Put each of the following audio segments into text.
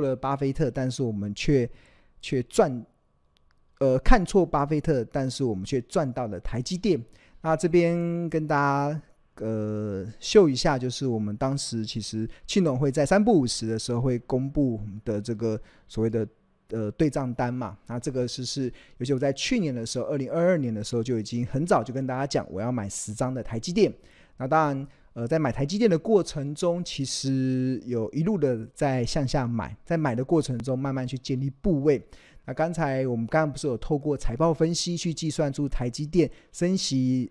了巴菲特，但是我们却看错巴菲特，但是我们却赚到了台积电。那这边跟大家秀一下，就是我们当时其实庆农会在3不5时的时候会公布的这个所谓的对账单嘛。那这个是尤其我在去年的时候2022年的时候就已经很早就跟大家讲我要买10张的台积电。那当然在买台积电的过程中，其实有一路的在向下买，在买的过程中慢慢去建立部位。那我们刚刚不是有透过财报分析去计算出台积电升息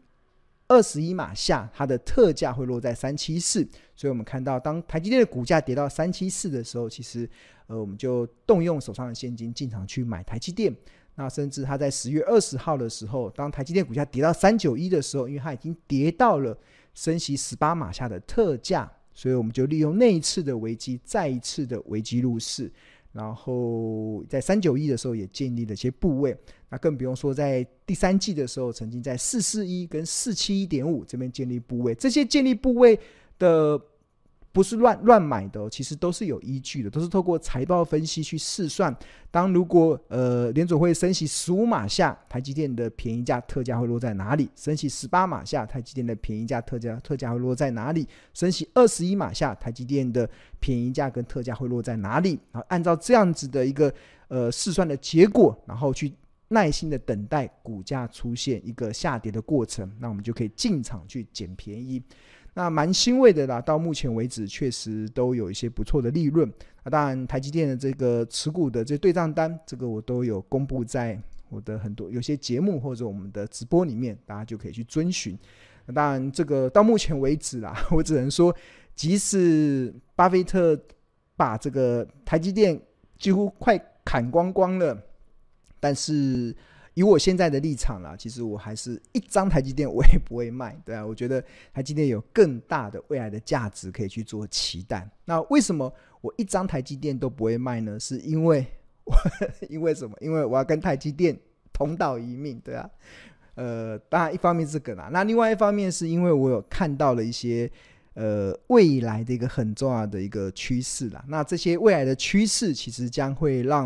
21码下它的特价会落在374，所以我们看到当台积电的股价跌到374的时候，其实我们就动用手上的现金进场去买台积电。那甚至它在10月20号的时候，当台积电股价跌到391的时候，因为它已经跌到了升息18码下的特价，所以我们就利用那一次的危机再一次的危机入市，然后在391的时候也建立了一些部位。那更不用说在第3季的时候曾经在441跟471.5这边建立部位。这些建立部位的不是乱买的其实都是有依据的，都是透过财报分析去试算，如果联准会升息15码下台积电的便宜价特价会落在哪里，升息18码下台积电的便宜价特价会落在哪里，升息21码下台积电的便宜价跟特价会落在哪里，然后按照这样子的一个试算的结果，然后去耐心的等待股价出现一个下跌的过程，那我们就可以进场去捡便宜。那蛮欣慰的啦，到目前为止确实都有一些不错的利润。当然台积电的这个持股的这对账单，这个我都有公布在我的有些节目或者我们的直播里面，大家就可以去遵循。当然这个到目前为止啦，我只能说即使巴菲特把这个台积电几乎快砍光光了，但是以我现在的立场啦，其实我还是一张台积电我也不会卖，对啊，我觉得台积电有更大的未来的价值可以去做期待。那为什么我一张台积电都不会卖呢？是因为什么？因为我要跟台积电同岛一命，对啊。当然一方面是这个啦，那另外一方面是因为我有看到了一些未来的一个很重要的一个趋势啦。那这些未来的趋势其实将会让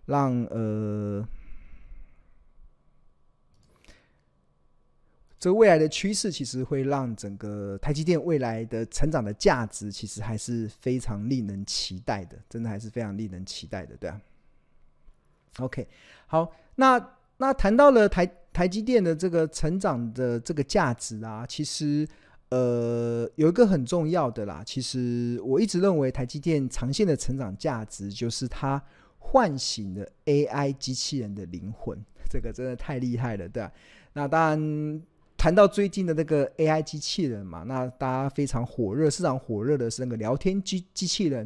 这个未来的趋势其实会让整个台积电未来的成长的价值其实还是非常令人期待的，真的还是非常令人期待的，对啊。OK， 好，那谈到了台积电的这个成长的这个价值啊，其实有一个很重要的啦，其实我一直认为台积电长线的成长价值就是它唤醒了 AI 机器人的灵魂，这个真的太厉害了，对啊。那当然谈到最近的那个 AI 机器人嘛，那大家非常火热，市场火热的是那个聊天机器人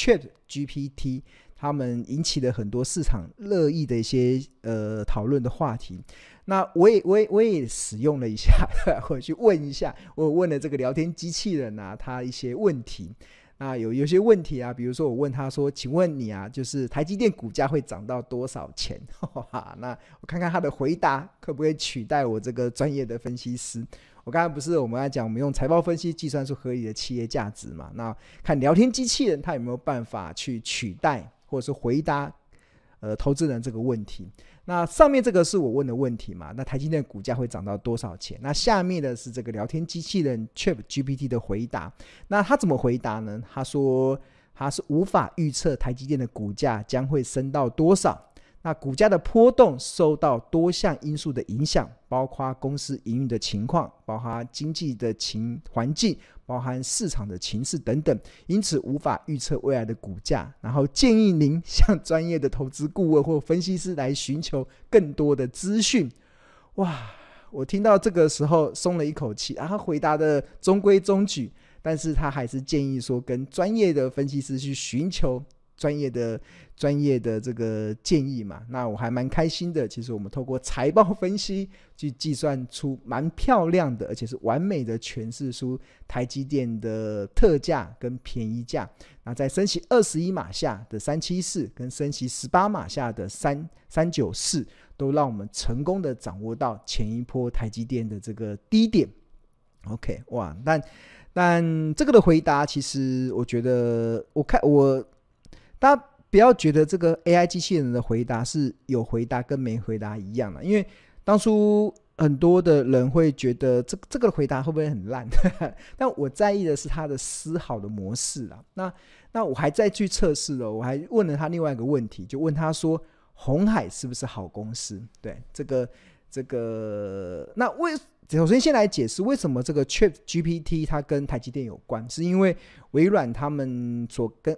ChatGPT， 他们引起了很多市场热议的一些讨论的话题。那我也使用了一下，我去问一下，我问了这个聊天机器人啊，他一些问题。那有些问题啊，比如说我问他说，请问你啊，就是台积电股价会涨到多少钱？那我看看他的回答可不可以取代我这个专业的分析师。我刚才不是我们在讲我们用财报分析计算出合理的企业价值嘛？那看聊天机器人它有没有办法去取代或者是回答投资人这个问题。那上面这个是我问的问题嘛，那台积电股价会涨到多少钱？那下面的是这个聊天机器人 ChatGPT 的回答。那他怎么回答呢？他说他是无法预测台积电的股价将会升到多少，那股价的波动受到多项因素的影响，包括公司营运的情况，包括经济的环境，包含市场的情势等等，因此无法预测未来的股价，然后建议您向专业的投资顾问或分析师来寻求更多的资讯。哇，我听到这个时候松了一口气啊，他回答的中规中矩，但是他还是建议说跟专业的分析师去寻求专业的这个建议嘛。那我还蛮开心的，其实我们透过财报分析去计算出蛮漂亮的，而且是完美的诠释出台积电的特价跟便宜价。那在升息21码下的374跟升息18码下的394，都让我们成功的掌握到前一波台积电的这个低点。 OK， 哇，但这个的回答其实我觉得大家不要觉得这个 AI 机器人的回答是有回答跟没回答一样，因为当初很多的人会觉得这个回答会不会很烂但我在意的是他的思考的模式啦。那我还再去测试了，我还问了他另外一个问题，就问他说鸿海是不是好公司。对，这个那首先先来解释为什么这个 ChatGPT 它跟台积电有关，是因为微软他们所跟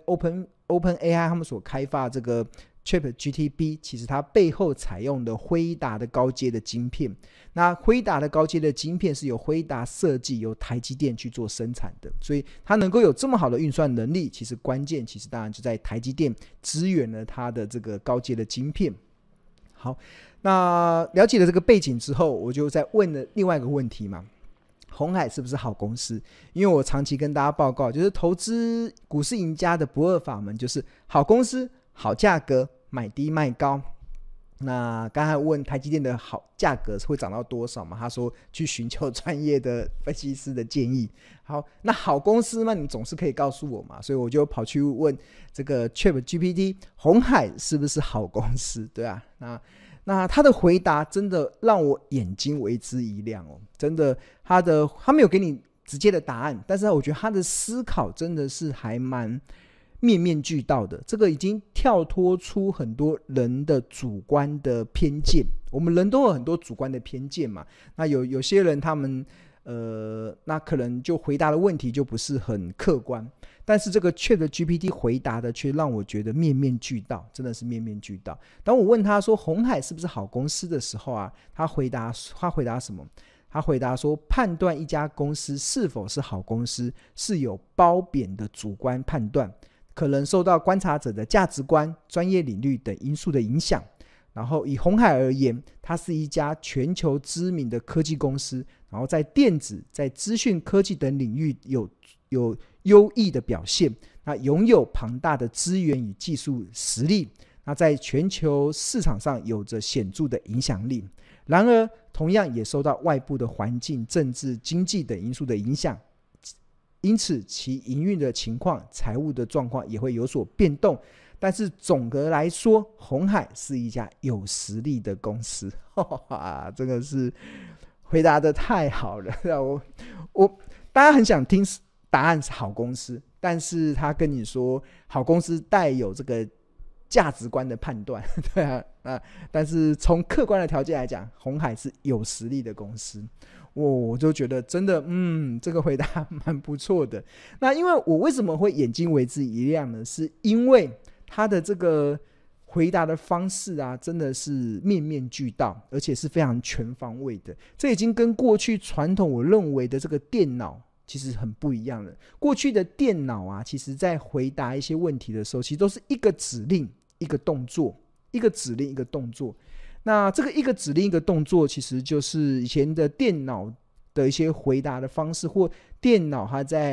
OpenAI 他们所开发这个 ChatGPT 其实它背后采用的辉达的高阶的晶片，那辉达的高阶的晶片是由辉达设计，由台积电去做生产的，所以它能够有这么好的运算能力，其实关键其实当然就在台积电支援了它的这个高阶的晶片。好，那了解了这个背景之后，我就再问了另外一个问题嘛，鸿海是不是好公司？因为我长期跟大家报告，就是投资股市赢家的不二法门就是好公司好价格，买低卖高。那刚才问台积电的好价格会涨到多少嘛？他说去寻求专业的分析师的建议。好，那好公司嘛，你总是可以告诉我嘛，所以我就跑去问这个 ChatGPT 鸿海是不是好公司，对啊，那他的回答真的让我眼睛为之一亮哦，真的，他没有给你直接的答案，但是我觉得他的思考真的是还蛮面面俱到的，这个已经跳脱出很多人的主观的偏见，我们人都有很多主观的偏见嘛，那有些人他们那可能就回答的问题就不是很客观，但是这个 ChatGPT 回答的却让我觉得面面俱到，真的是面面俱到。当我问他说鸿海是不是好公司的时候啊，他回答什么？他回答说，判断一家公司是否是好公司是有褒贬的主观判断，可能受到观察者的价值观、专业领域等因素的影响。然后以鸿海而言，它是一家全球知名的科技公司，然后在电子、在资讯科技等领域有优异的表现，那拥有庞大的资源与技术实力，那在全球市场上有着显著的影响力。然而同样也受到外部的环境、政治、经济等因素的影响，因此其营运的情况、财务的状况也会有所变动，但是总的来说，鸿海是一家有实力的公司。这个是回答的太好了，大家很想听答案是好公司，但是他跟你说好公司带有这个价值观的判断，对啊，但是从客观的条件来讲，鸿海是有实力的公司。我就觉得真的这个回答蛮不错的。那因为我为什么会眼睛为之一亮呢？是因为他的这个回答的方式啊，真的是面面俱到，而且是非常全方位的。这已经跟过去传统我认为的这个电脑其实很不一样了。过去的电脑啊，其实在回答一些问题的时候，其实都是一个指令一个动作，一个指令一个动作。那这个一个指令一个动作，其实就是以前的电脑的一些回答的方式，或电脑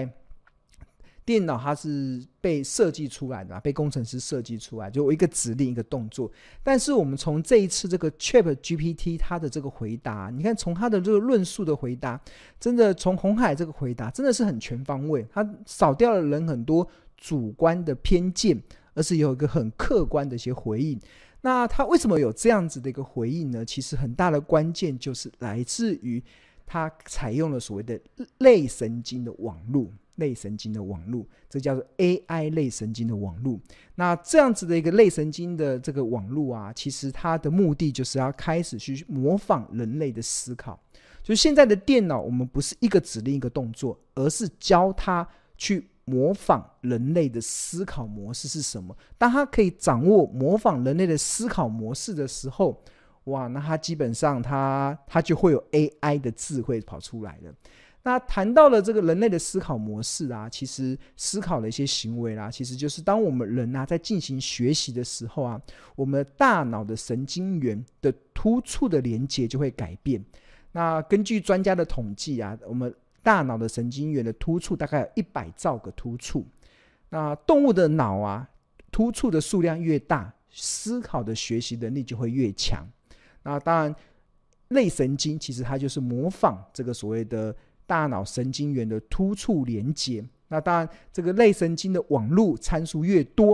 它是被设计出来的，被工程师设计出来，就一个指令一个动作。但是我们从这一次这个 ChatGPT 它的这个回答，你看从它的这个论述的回答，真的从鸿海这个回答真的是很全方位，它扫掉了人很多主观的偏见，而是有一个很客观的一些回应。那它为什么有这样子的一个回应呢？其实很大的关键就是来自于它采用了所谓的类神经的网络，这叫做 AI 类神经的网络。那这样子的一个类神经的这个网络啊，其实它的目的就是要开始去模仿人类的思考。就是现在的电脑，我们不是一个指令一个动作，而是教它去模仿人类的思考模式是什么。当他可以掌握模仿人类的思考模式的时候，哇，那他基本上他就会有 AI 的智慧跑出来了。那谈到了这个人类的思考模式啊，其实思考的一些行为啦，其实就是当我们人啊在进行学习的时候啊，我们大脑的神经元的突触的连接就会改变。那根据专家的统计啊，我们大脑的神经元的突触大概有100兆个突触。那动物的脑啊，突触的数量越大，思考的学习能力就会越强。那当然类神经其实它就是模仿这个所谓的大脑神经元的突触连接。那当然这个类神经的网络参数越多，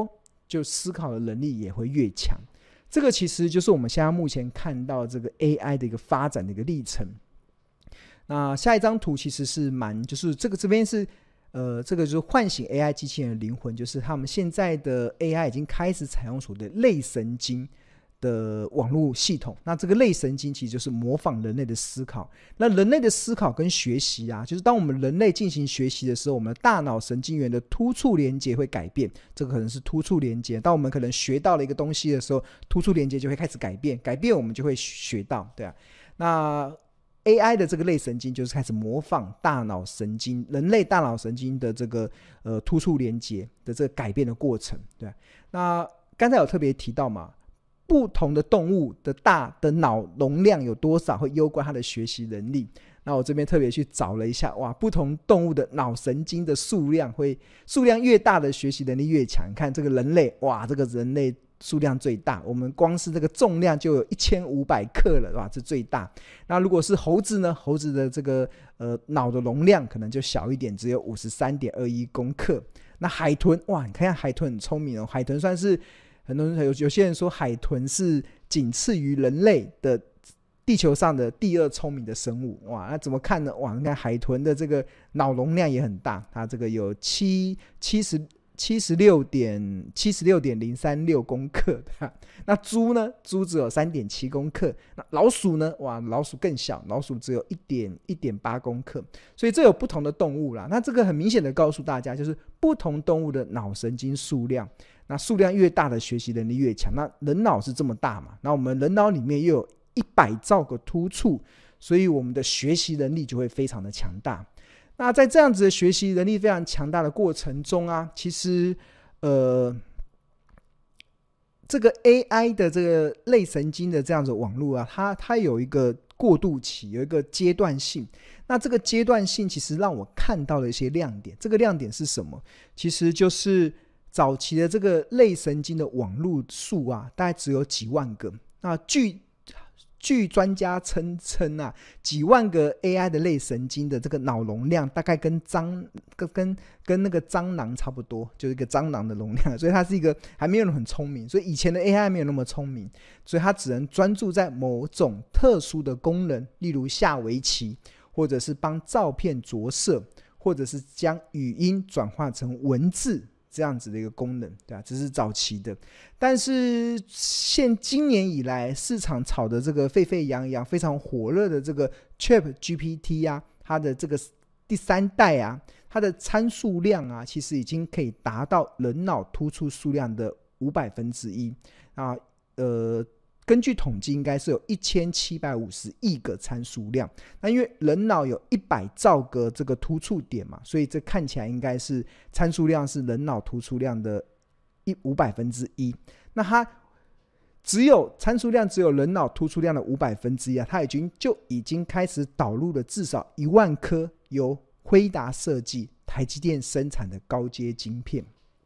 就思考的能力也会越强。这个其实就是我们现在目前看到这个 AI 的一个发展的一个历程。那下一张图其实是就是这边是这个就是唤醒 AI 机器人的灵魂，就是他们现在的 AI 已经开始采用所谓的类神经的网络系统。那这个类神经其实就是模仿人类的思考。那人类的思考跟学习啊，就是当我们人类进行学习的时候，我们的大脑神经元的突触连接会改变，这个可能是突触连接。当我们可能学到了一个东西的时候，突触连接就会开始改变，改变我们就会学到，对啊。那 AI 的这个类神经就是开始模仿大脑神经，人类大脑神经的这个突触连接的这个改变的过程，对啊。那刚才有特别提到嘛，不同的动物的脑容量有多少会攸关它的学习能力。那我这边特别去找了一下，哇，不同动物的脑神经的数量越大的学习能力越强。看这个人类，哇，这个人类数量最大，我们光是这个重量就有1500克了，哇，这最大。那如果是猴子呢？猴子的这个脑的容量可能就小一点，只有53.21公克。那海豚，哇，你看海豚很聪明哦，海豚算是很多人有些人说海豚是仅次于人类的地球上的第2聪明的生物，哇，那怎么看呢？哇，你看海豚的这个脑容量也很大，它这个有76.036公克。那猪呢？猪只有3.7公克。那老鼠呢？哇，老鼠更小，老鼠只有1.8公克。所以这有不同的动物啦。那这个很明显的告诉大家，就是不同动物的脑神经数量，那数量越大的学习能力越强。那人脑是这么大嘛，那我们人脑里面又有100兆个突触，所以我们的学习能力就会非常的强大。那在这样子的学习能力非常强大的过程中啊，其实这个 AI 的这个类神经的这样子网络啊，它有一个过渡期，有一个阶段性。那这个阶段性其实让我看到了一些亮点。这个亮点是什么？其实就是早期的这个类神经的网络数啊，大概只有几万个。那据专家称啊，几万个 AI 的类神经的这个脑容量大概跟那个蟑螂差不多，就是一个蟑螂的容量，所以它是一个还没有很聪明，所以以前的 AI 没有那么聪明，所以它只能专注在某种特殊的功能，例如下围棋，或者是帮照片着色，或者是将语音转化成文字这样子的一个功能，对吧？这是早期的。但是今年以来市场炒的这个沸沸扬扬非常火热的这个 ChatGPT 啊，它的这个第3代啊，它的参数量啊，其实已经可以达到人脑突触数量的1/500啊。根据统计应该是有1750亿个参数量。那因为人脑有100兆个这个突触点嘛，所以这看起来应该是参数量是人脑突触量的1/500。那它参数量只有人脑突触量的1/5啊，它已经开始导入了至少1万颗由辉达设计、台积电生产的高阶晶片。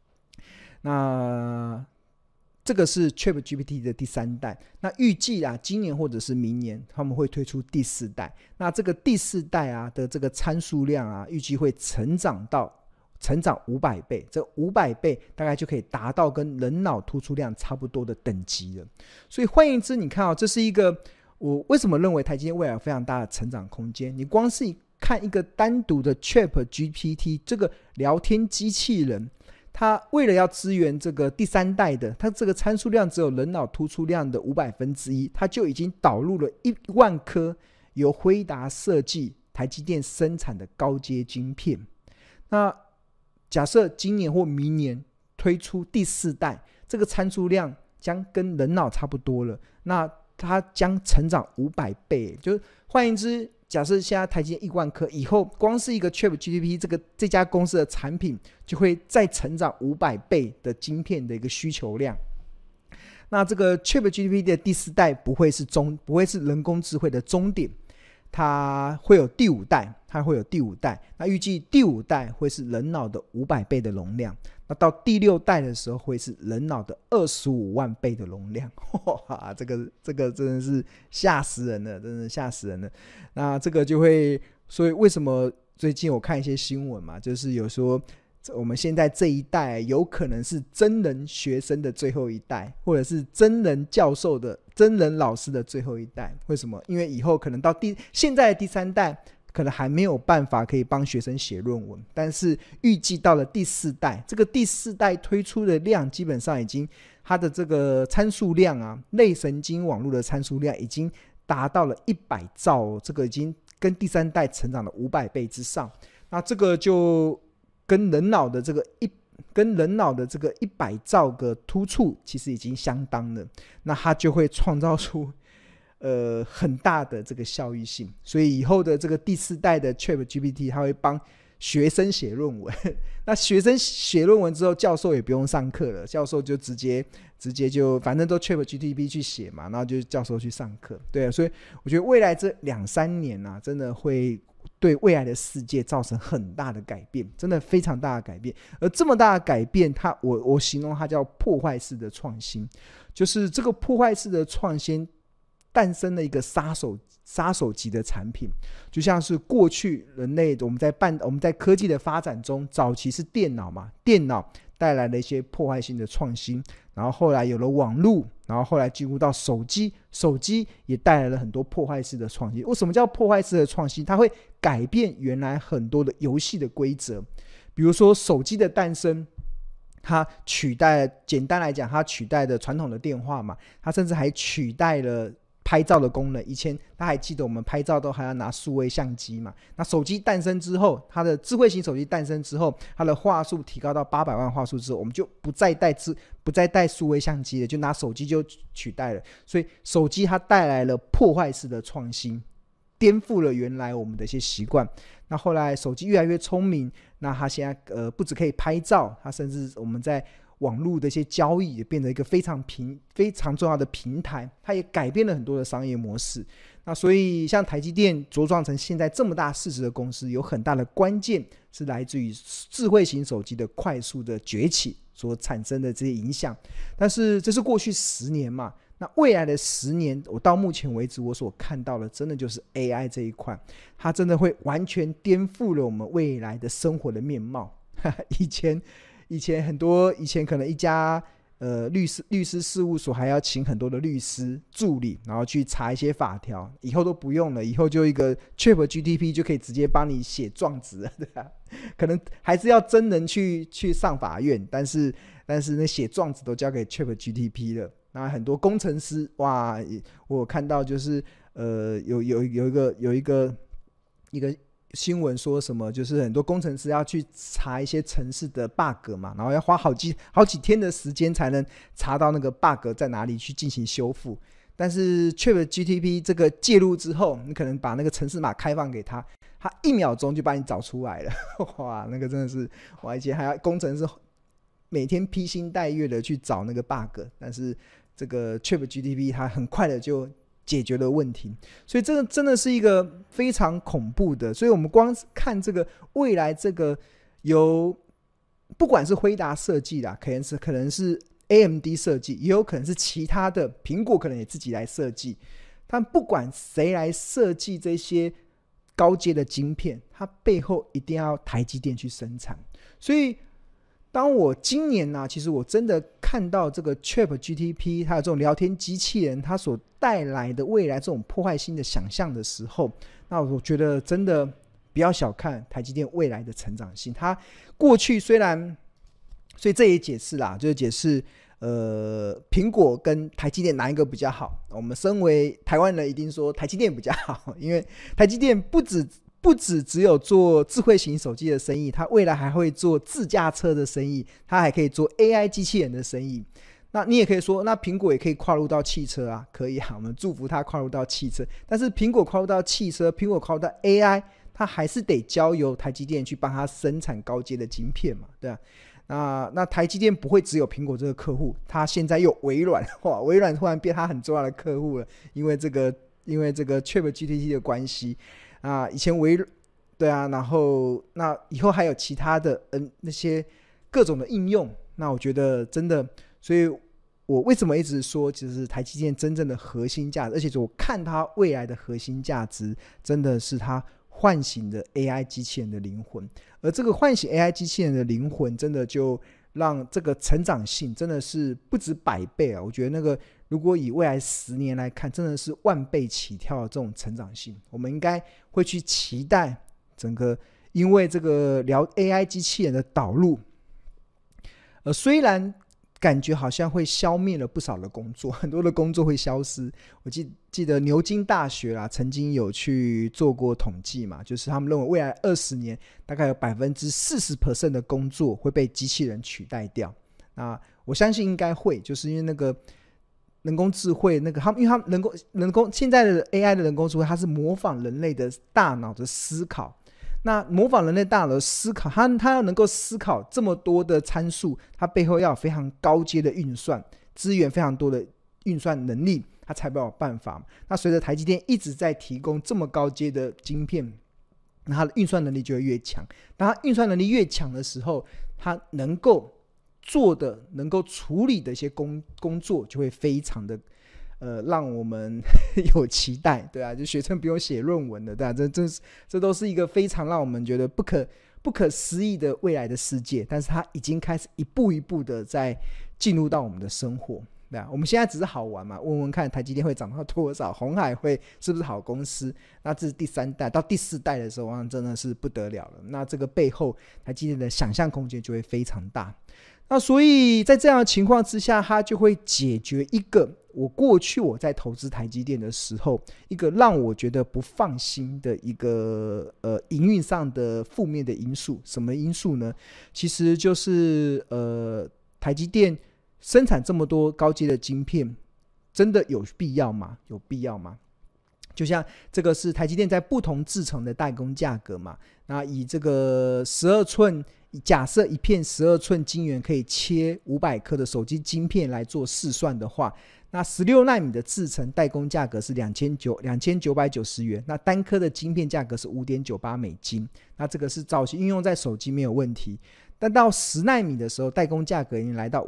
那这个是 ChatGPT 的第3代，那预计啊，今年或者是明年他们会推出第4代。那这个第4代啊的这个参数量啊，预计会成长500倍，这500倍大概就可以达到跟人脑突触量差不多的等级了。所以换言之，你看哦，这是一个我为什么认为台积电未来有非常大的成长空间。你光是看一个单独的 ChatGPT 这个聊天机器人，它为了要支援这个第3代的，它这个参数量只有人脑突触量的1/5，它就已经导入了1万颗由辉达设计、台积电生产的高阶晶片。那假设今年或明年推出第4代，这个参数量将跟人脑差不多了，那它将成长500倍。就是换言之，假设现在台积电1万颗，以后光是一个 ChatGPT 这家公司的产品就会再成长500倍的晶片的一个需求量。那这个 ChatGPT 的第4代不会是人工智慧的终点，它会有第5代，那预计第5代会是人脑的500倍的容量，那到第6代的时候会是人脑的25万倍的容量。哇，这个真的是吓死人了，真的吓死人了。那这个就会，所以为什么最近我看一些新闻嘛，就是有说我们现在这一代有可能是真人学生的最后一代，或者是真人教授的真人老师的最后一代。为什么？因为以后可能到现在的第3代可能还没有办法可以帮学生写论文，但是预计到了第4代，这个第4代推出的量基本上已经它的这个参数量啊，类神经网络的参数量已经达到了100兆，这个已经跟第3代成长了500倍之上。那这个就跟人脑的这个100兆个突触其实已经相当了，那它就会创造出很大的这个效益性。所以以后的这个第4代的 ChatGPT 它会帮学生写论文那学生写论文之后，教授也不用上课了，教授就直接就反正都 ChatGPT 去写嘛，然后就教授去上课。对啊，所以我觉得未来这2-3年啊，真的会对未来的世界造成很大的改变，真的非常大的改变。而这么大的改变，我形容它叫破坏式的创新，就是这个破坏式的创新诞生了一个杀手级的产品。就像是过去人类我们在科技的发展中，早期是电脑嘛，电脑带来了一些破坏性的创新，然后后来有了网络，然后后来进入到手机，手机也带来了很多破坏式的创新。为什么叫破坏式的创新？它会改变原来很多的游戏的规则。比如说手机的诞生，它简单来讲，它取代了传统的电话嘛，它甚至还取代了拍照的功能。以前大家还记得我们拍照都还要拿数位相机嘛，那手机诞生之后，它的智慧型手机诞生之后，它的画素提高到800万画素之后，我们就不再带数位相机了，就拿手机就取代了。所以手机它带来了破坏式的创新，颠覆了原来我们的一些习惯。那后来手机越来越聪明，那它现在不只可以拍照，它甚至我们在网络的一些交易也变成一个非常重要的平台，它也改变了很多的商业模式。那所以像台积电茁壮成现在这么大市值的公司，有很大的关键是来自于智慧型手机的快速的崛起所产生的这些影响。但是这是过去10年嘛，那未来的10年，我到目前为止我所看到的真的就是 AI 这一块，它真的会完全颠覆了我们未来的生活的面貌。以前可能一家律师事务所还要请很多的律师助理，然后去查一些法条，以后都不用了，以后就一个 ChatGPT 就可以直接帮你写状子了，对吧？可能还是要真人去上法院，但是那写状子都交给 ChatGPT 了。那很多工程师，哇，我有看到就是有一个新闻说什么，就是很多工程师要去查一些程式的 bug 嘛，然后要花好几天的时间才能查到那个 bug 在哪里去进行修复。但是 ChatGPT 这个介入之后，你可能把那个程式码开放给他，他1秒钟就把你找出来了。哇，那个真的是，我以前还要工程师每天披星戴月的去找那个 bug， 但是这个 ChatGPT 它很快的就解决了问题。所以这个真的是一个非常恐怖的。所以我们光看这个未来，这个由不管是辉达设计啦，可能是 AMD 设计，也有可能是其他的，苹果可能也自己来设计。但不管谁来设计这些高阶的晶片，它背后一定要台积电去生产。所以当我今年其实我真的看到这个 ChatGPT 还有这种聊天机器人它所带来的未来这种破坏性的想象的时候，那我觉得真的不要小看台积电未来的成长性。它过去虽然，所以这也解释啦，就是解释苹果跟台积电哪一个比较好。我们身为台湾人一定说台积电比较好，因为台积电不只有做智慧型手机的生意，它未来还会做自驾车的生意，它还可以做 AI 机器人的生意。那你也可以说，那苹果也可以跨入到汽车啊，可以啊，我们祝福它跨入到汽车。但是苹果跨入到汽车，苹果跨入到 AI， 它还是得交由台积电去帮它生产高阶的晶片嘛，对啊。那台积电不会只有苹果这个客户，它现在有微软，哇，微软突然变它很重要的客户了，因为这个 ChatGPT 的关系。以前对啊，然后那以后还有其他的那些各种的应用。那我觉得真的，所以我为什么一直说就是台积电真正的核心价值，而且我看它未来的核心价值真的是它唤醒了 AI 机器人的灵魂。而这个唤醒 AI 机器人的灵魂，真的就让这个成长性真的是不止100倍啊！我觉得那个如果以未来10年来看，真的是万倍起跳的这种成长性，我们应该会去期待整个，因为这个聊 AI 机器人的导入，虽然感觉好像会消灭了不少的工作，很多的工作会消失。我记得牛津大学啦，曾经有去做过统计嘛，就是他们认为未来20年大概有 40% 的工作会被机器人取代掉。那我相信应该会，就是因为那个人工智慧因为他们现在的 AI 的人工智慧，它是模仿人类的大脑的思考。那模仿人类大脑的思考，它要能够思考这么多的参数，它背后要有非常高阶的运算资源，非常多的运算能力，它才有办法。那随着台积电一直在提供这么高阶的晶片，那它的运算能力就会越强。当它运算能力越强的时候，它能够做的、能够处理的一些工作就会非常的让我们有期待，对啊，就学生不用写论文的，对啊，这都是一个非常让我们觉得不可思议的未来的世界，但是它已经开始一步一步的在进入到我们的生活，对啊，我们现在只是好玩嘛，问问看台积电会涨到多少，鸿海会是不是好公司，那这是第3代，到第4代的时候，真的是不得了了，那这个背后台积电的想象空间就会非常大。那所以在这样的情况之下，它就会解决一个过去我在投资台积电的时候，一个让我觉得不放心的一个营运上的负面的因素。什么因素呢？其实就是台积电生产这么多高阶的晶片，真的有必要吗？有必要吗？就像这个是台积电在不同制程的代工价格嘛，那以这个12寸，假设一片12寸晶圆可以切500颗的手机晶片来做试算的话，那16奈米的制程代工价格是2990元，那单颗的晶片价格是5.98美金，那这个是早期应用在手机没有问题。但到10奈米的时候，代工价格已经来到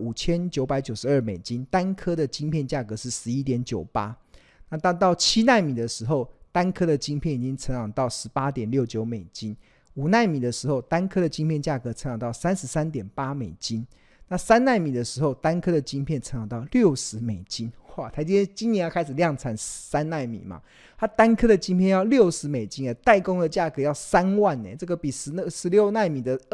5992美金，单颗的晶片价格是11.98。那到7奈米的时候，单颗的晶片已经成长到 18.69 美金，5奈米的时候，单颗的晶片价格成长到 33.8 美金，那3奈米的时候，单颗的晶片成长到60美金。哇，台积电今年要开始量产3奈米嘛，它单颗的晶片要60美金，代工的价格要3万，这个比16奈米的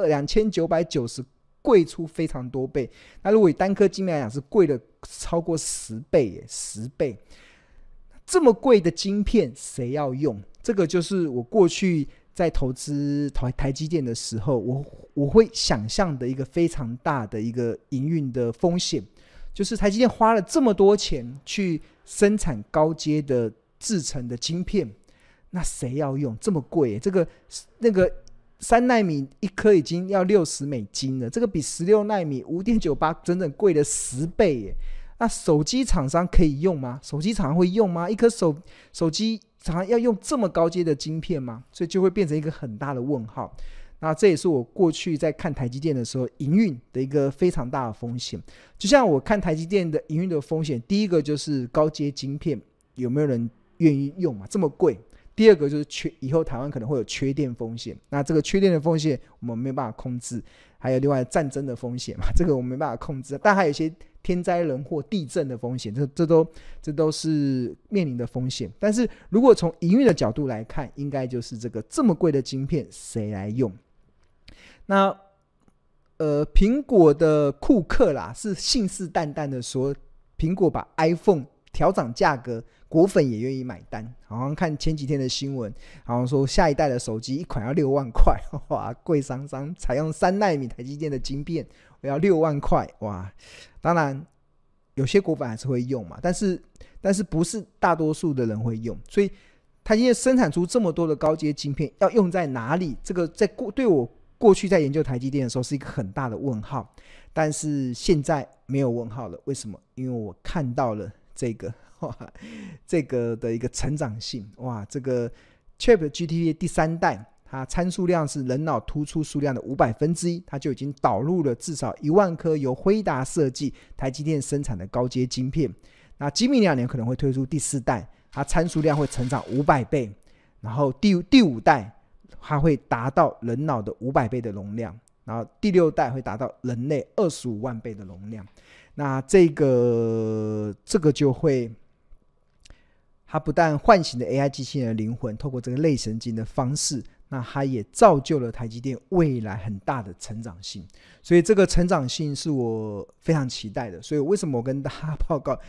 2990贵出非常多倍。那如果以单颗晶片来讲，是贵了超过10倍，10倍。这么贵的晶片谁要用？这个就是我过去在投资台积电的时候，我会想象的一个非常大的一个营运的风险，就是台积电花了这么多钱去生产高阶的制程的晶片，那谁要用？这么贵，那个3奈米一颗已经要60美金了，这个比16奈米 5.98 整整贵了10倍耶。那手机厂商可以用吗？手机厂商会用吗？一颗手机厂商要用这么高阶的晶片吗？所以就会变成一个很大的问号。那这也是我过去在看台积电的时候营运的一个非常大的风险。就像我看台积电的营运的风险，第一个就是高阶晶片有没有人愿意用嘛？这么贵。第二个就是以后台湾可能会有缺电风险，那这个缺电的风险我们没办法控制，还有另外战争的风险嘛，这个我们没办法控制，但还有一些天灾人祸、地震的风险，这都是面临的风险。但是如果从营运的角度来看，应该就是这么贵的晶片谁来用？那苹果的库克啦是信誓旦旦的说，苹果把 iPhone 调涨价格，果粉也愿意买单。好像看前几天的新闻，好像说下一代的手机一款要6万块，哇，贵桑桑，采用3奈米台积电的晶片，我要6万块，哇！当然有些果粉还是会用嘛，但是不是大多数的人会用，所以台积电生产出这么多的高阶晶片，要用在哪里？这个对我过去在研究台积电的时候是一个很大的问号，但是现在没有问号了。为什么？因为我看到了这个的一个成长性。哇，这个 ChatGPT 第3代，它参数量是人脑突出数量的1/500，它就已经导入了至少1万颗由辉达设计、台积电生产的高阶晶片。那今明2年可能会推出第4代，它参数量会成长500倍，然后第5代它会达到人脑的500倍的容量，然后第6代会达到人类25万倍的容量。那这个就会，它不但唤醒了 AI 机器人的灵魂，透过这个类神经的方式，那它也造就了台积电未来很大的成长性。所以这个成长性是我非常期待的。所以为什么我跟大家报告，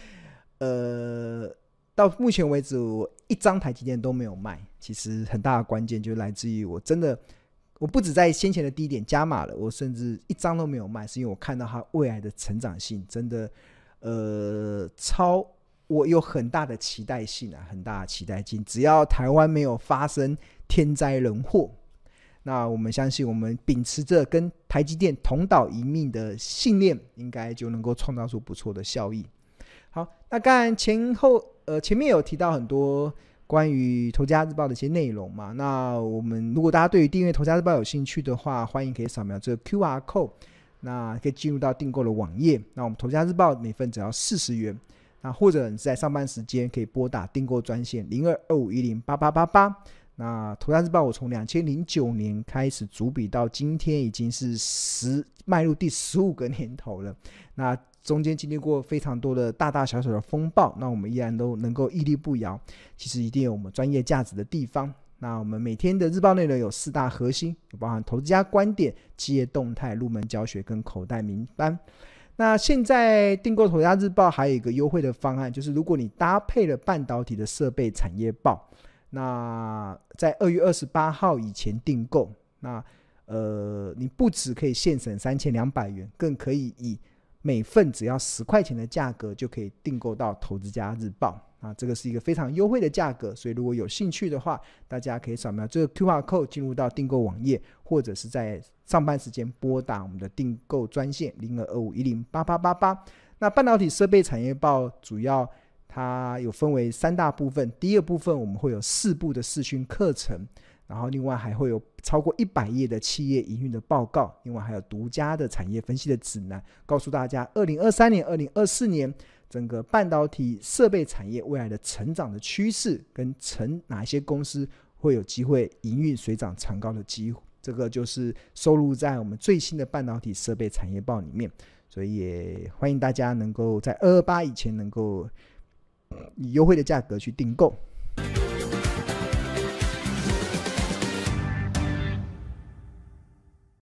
到目前为止我一张台积电都没有卖，其实很大的关键就来自于我不止在先前的低点加码了，我甚至一张都没有卖，是因为我看到它未来的成长性真的我有很大的期待性啊，很大的期待性。只要台湾没有发生天灾人祸，那我们相信我们秉持着跟台积电同岛一命的信念，应该就能够创造出不错的效益。好，那刚才前面有提到很多关于头家日报的一些内容嘛，那我们如果大家对于订阅头家日报有兴趣的话，欢迎可以扫描这个 QR code， 那可以进入到订购的网页。那我们头家日报每份只要40元，那或者你在上班时间可以拨打订购专线0225108888。那头家日报我从2009年开始主笔到今天已经是迈入第15个年头了，那中间经历过非常多的大大小小的风暴，那我们依然都能够屹立不摇，其实一定有我们专业价值的地方。那我们每天的日报内容有4大核心，有包含投资家观点、企业动态、入门教学跟口袋名单。那现在订购头家日报还有一个优惠的方案，就是如果你搭配了半导体的设备产业报，那在2月28号以前订购，那你不只可以现省3200元，更可以以每份只要10块钱的价格就可以订购到投资家日报啊，这个是一个非常优惠的价格。所以如果有兴趣的话，大家可以扫描这个 QR code 进入到订购网页，或者是在上班时间拨打我们的订购专线0225108888。那半导体设备产业报主要它有分为3大部分，第2部分我们会有4部的视讯课程，然后另外还会有超过100页的企业营运的报告，另外还有独家的产业分析的指南，告诉大家2023年、2024年整个半导体设备产业未来的成长的趋势，跟哪些公司会有机会营运水涨船高的机会，这个就是收录在我们最新的半导体设备产业报里面。所以也欢迎大家能够在228以前能够以优惠的价格去订购。